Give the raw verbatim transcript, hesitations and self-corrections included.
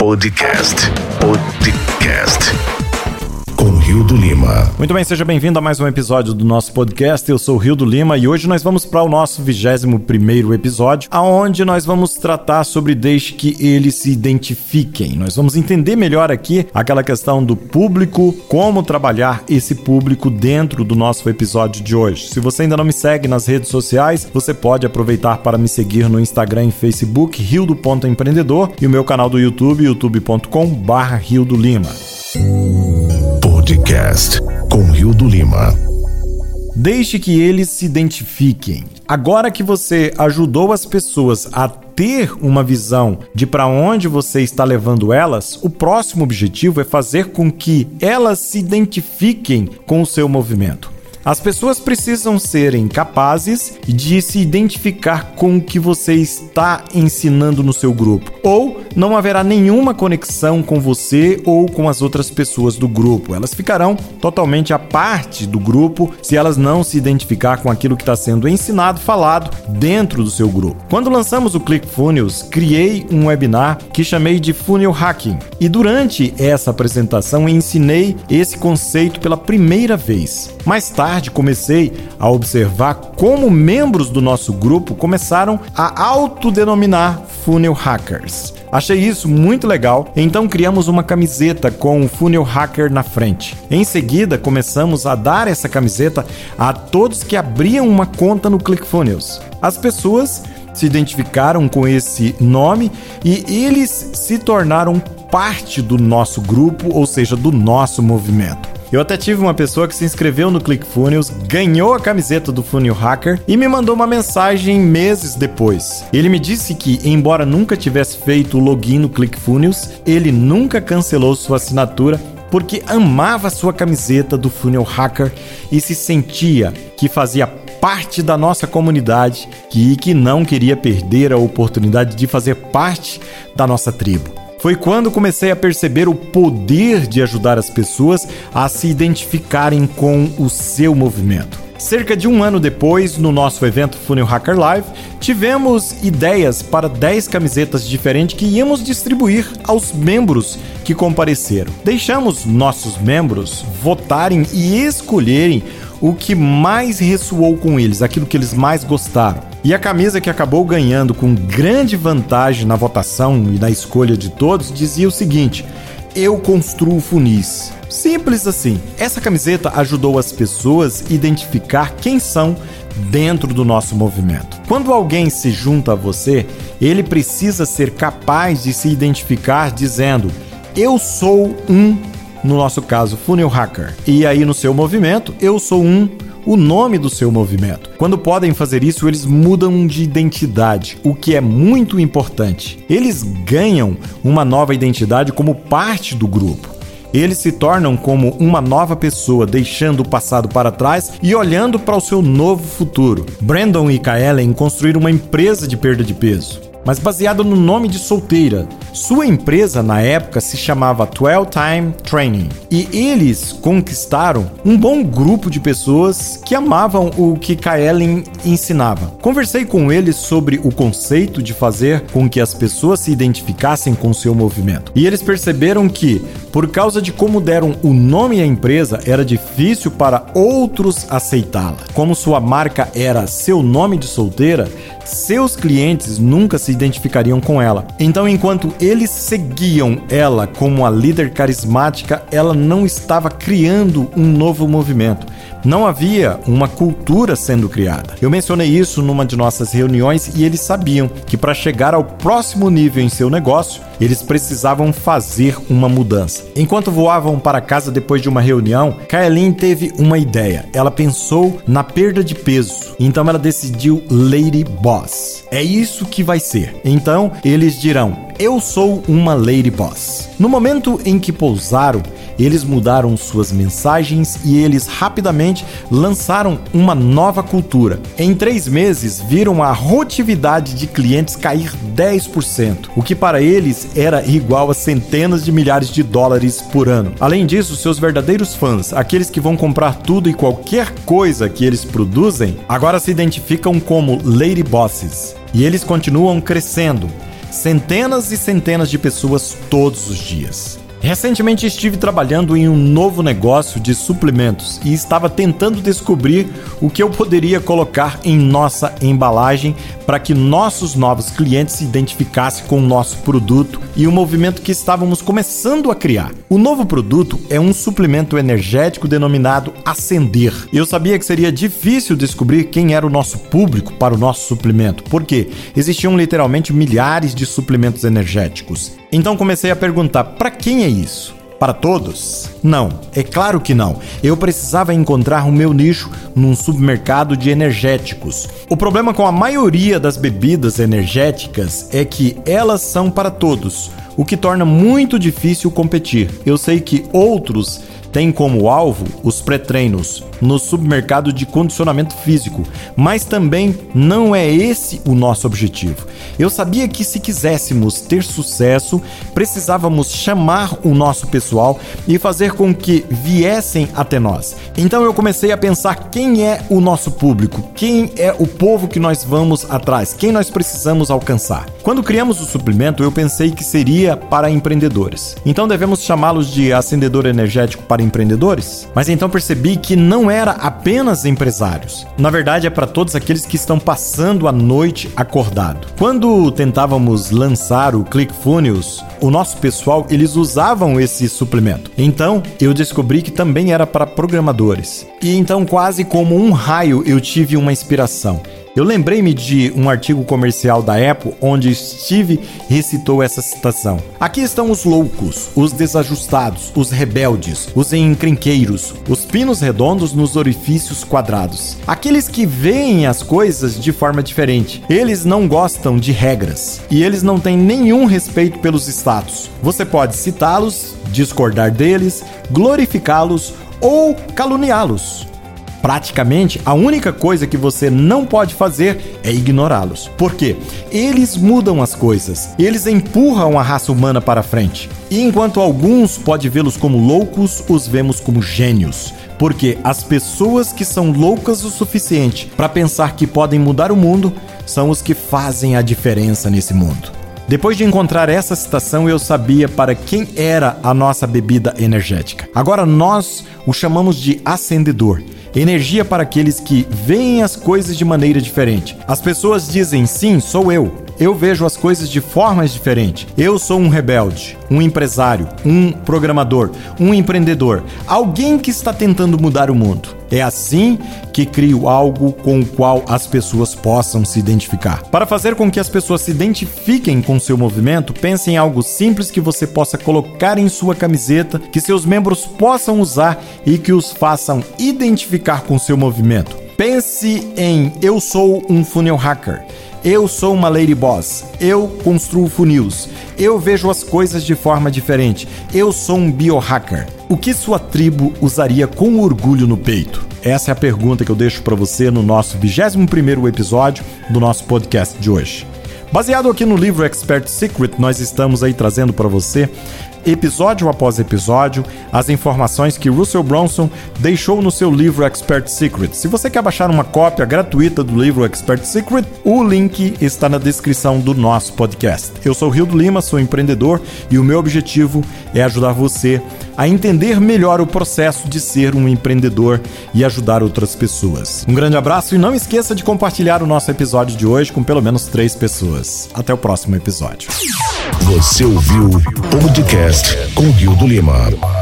Podcast. Podcast. Com Rildo Lima. Muito bem, seja bem-vindo a mais um episódio do nosso podcast. Eu sou o Rildo Lima e hoje nós vamos para o nosso vigésimo primeiro episódio, aonde nós vamos tratar sobre desde que eles se identifiquem. Nós vamos entender melhor aqui aquela questão do público, como trabalhar esse público dentro do nosso episódio de hoje. Se você ainda não me segue nas redes sociais, você pode aproveitar para me seguir no Instagram e Facebook, rildo ponto empreendedor, e o meu canal do YouTube, youtube ponto com barra rildo lima. Podcast com Rildo Lima. Desde que eles se identifiquem. Agora que você ajudou as pessoas a ter uma visão de para onde você está levando elas, o próximo objetivo é fazer com que elas se identifiquem com o seu movimento. As pessoas precisam serem capazes de se identificar com o que você está ensinando no seu grupo, ou não haverá nenhuma conexão com você ou com as outras pessoas do grupo. Elas ficarão totalmente à parte do grupo se elas não se identificar com aquilo que está sendo ensinado, falado dentro do seu grupo. Quando lançamos o ClickFunnels, criei um webinar que chamei de Funnel Hacking, e durante essa apresentação ensinei esse conceito pela primeira vez. Mais tarde, comecei a observar como membros do nosso grupo começaram a autodenominar Funnel Hackers. Achei isso muito legal, então criamos uma camiseta com o Funnel Hacker na frente. Em seguida, começamos a dar essa camiseta a todos que abriam uma conta no ClickFunnels. As pessoas se identificaram com esse nome e eles se tornaram parte do nosso grupo, ou seja, do nosso movimento. Eu até tive uma pessoa que se inscreveu no ClickFunnels, ganhou a camiseta do Funnel Hacker e me mandou uma mensagem meses depois. Ele me disse que, embora nunca tivesse feito o login no ClickFunnels, ele nunca cancelou sua assinatura porque amava sua camiseta do Funnel Hacker e se sentia que fazia parte da nossa comunidade e que não queria perder a oportunidade de fazer parte da nossa tribo. Foi quando comecei a perceber o poder de ajudar as pessoas a se identificarem com o seu movimento. Cerca de um ano depois, no nosso evento Funnel Hacker Live, tivemos ideias para dez camisetas diferentes que íamos distribuir aos membros que compareceram. Deixamos nossos membros votarem e escolherem o que mais ressoou com eles, aquilo que eles mais gostaram. E a camisa que acabou ganhando com grande vantagem na votação e na escolha de todos dizia o seguinte: eu construo funis. Simples assim. Essa camiseta ajudou as pessoas a identificar quem são dentro do nosso movimento. Quando alguém se junta a você, ele precisa ser capaz de se identificar dizendo: eu sou um, no nosso caso, Funnel Hacker. E aí no seu movimento, eu sou um, o nome do seu movimento. Quando podem fazer isso, eles mudam de identidade, o que é muito importante. Eles ganham uma nova identidade como parte do grupo. Eles se tornam como uma nova pessoa, deixando o passado para trás e olhando para o seu novo futuro. Brandon e Kaellen construíram uma empresa de perda de peso, mas baseada no nome de solteira. Sua empresa, na época, se chamava doze time Training. E eles conquistaram um bom grupo de pessoas que amavam o que Kaellen ensinava. Conversei com eles sobre o conceito de fazer com que as pessoas se identificassem com seu movimento. E eles perceberam que, por causa de como deram o nome à empresa, era difícil para outros aceitá-la. Como sua marca era seu nome de solteira, seus clientes nunca se identificariam com ela. Então, enquanto eles seguiam ela como a líder carismática, ela não estava criando um novo movimento. Não havia uma cultura sendo criada. Eu mencionei isso numa de nossas reuniões e eles sabiam que para chegar ao próximo nível em seu negócio, eles precisavam fazer uma mudança. Enquanto voavam para casa depois de uma reunião, Kaellen teve uma ideia. Ela pensou na perda de peso. Então ela decidiu Lady Boss. É isso que vai ser. Então eles dirão: eu sou uma Lady Boss. No momento em que pousaram, eles mudaram suas mensagens e eles rapidamente lançaram uma nova cultura. Em três meses, viram a rotatividade de clientes cair dez por cento, o que para eles era igual a centenas de milhares de dólares por ano. Além disso, seus verdadeiros fãs, aqueles que vão comprar tudo e qualquer coisa que eles produzem, agora se identificam como Lady Bosses. E eles continuam crescendo. centenas e centenas de pessoas todos os dias. Recentemente estive trabalhando em um novo negócio de suplementos e estava tentando descobrir o que eu poderia colocar em nossa embalagem para que nossos novos clientes se identificassem com o nosso produto e o movimento que estávamos começando a criar. O novo produto é um suplemento energético denominado Ascender. Eu sabia que seria difícil descobrir quem era o nosso público para o nosso suplemento, porque existiam literalmente milhares de suplementos energéticos. Então comecei a perguntar, para quem é isso? Para todos? Não, é claro que não. Eu precisava encontrar o meu nicho num supermercado de energéticos. O problema com a maioria das bebidas energéticas é que elas são para todos, o que torna muito difícil competir. Eu sei que outros têm como alvo os pré-treinos no supermercado de condicionamento físico, mas também não é esse o nosso objetivo. Eu sabia que se quiséssemos ter sucesso, precisávamos chamar o nosso pessoal e fazer com que viessem até nós. Então eu comecei a pensar quem é o nosso público, quem é o povo que nós vamos atrás, quem nós precisamos alcançar. Quando criamos o suplemento, eu pensei que seria para empreendedores. Então devemos chamá-los de acendedor energético para empreendedores? Mas então percebi que não era apenas empresários. Na verdade, é para todos aqueles que estão passando a noite acordado. Quando tentávamos lançar o ClickFunnels, o nosso pessoal, eles usavam esse suplemento. Então, eu descobri que também era para programadores. E então, quase como um raio, eu tive uma inspiração. Eu lembrei-me de um artigo comercial da Apple onde Steve recitou essa citação. Aqui estão os loucos, os desajustados, os rebeldes, os encrenqueiros, os pinos redondos nos orifícios quadrados. Aqueles que veem as coisas de forma diferente. Eles não gostam de regras e eles não têm nenhum respeito pelos status. Você pode citá-los, discordar deles, glorificá-los ou caluniá-los. Praticamente, a única coisa que você não pode fazer é ignorá-los. Por quê? Eles mudam as coisas, eles empurram a raça humana para frente. E enquanto alguns podem vê-los como loucos, os vemos como gênios. Porque as pessoas que são loucas o suficiente para pensar que podem mudar o mundo são os que fazem a diferença nesse mundo. Depois de encontrar essa citação, eu sabia para quem era a nossa bebida energética. Agora nós o chamamos de acendedor. Energia para aqueles que veem as coisas de maneira diferente. As pessoas dizem, sim, sou eu. Eu vejo as coisas de formas diferentes. Eu sou um rebelde, um empresário, um programador, um empreendedor. Alguém que está tentando mudar o mundo. É assim que crio algo com o qual as pessoas possam se identificar. Para fazer com que as pessoas se identifiquem com seu movimento, pense em algo simples que você possa colocar em sua camiseta, que seus membros possam usar e que os façam identificar com seu movimento. Pense em eu sou um funnel hacker. Eu sou uma Lady Boss, eu construo funis, eu vejo as coisas de forma diferente, eu sou um biohacker. O que sua tribo usaria com orgulho no peito? Essa é a pergunta que eu deixo para você no nosso vigésimo primeiro episódio do nosso podcast de hoje. Baseado aqui no livro Expert Secret, nós estamos aí trazendo para você, episódio após episódio, as informações que Russell Brunson deixou no seu livro Expert Secret. Se você quer baixar uma cópia gratuita do livro Expert Secret, o link está na descrição do nosso podcast. Eu sou Rildo Lima, sou empreendedor e o meu objetivo é ajudar você a entender melhor o processo de ser um empreendedor e ajudar outras pessoas. Um grande abraço e não esqueça de compartilhar o nosso episódio de hoje com pelo menos três pessoas. Até o próximo episódio. Você ouviu o podcast com Rildo Lima.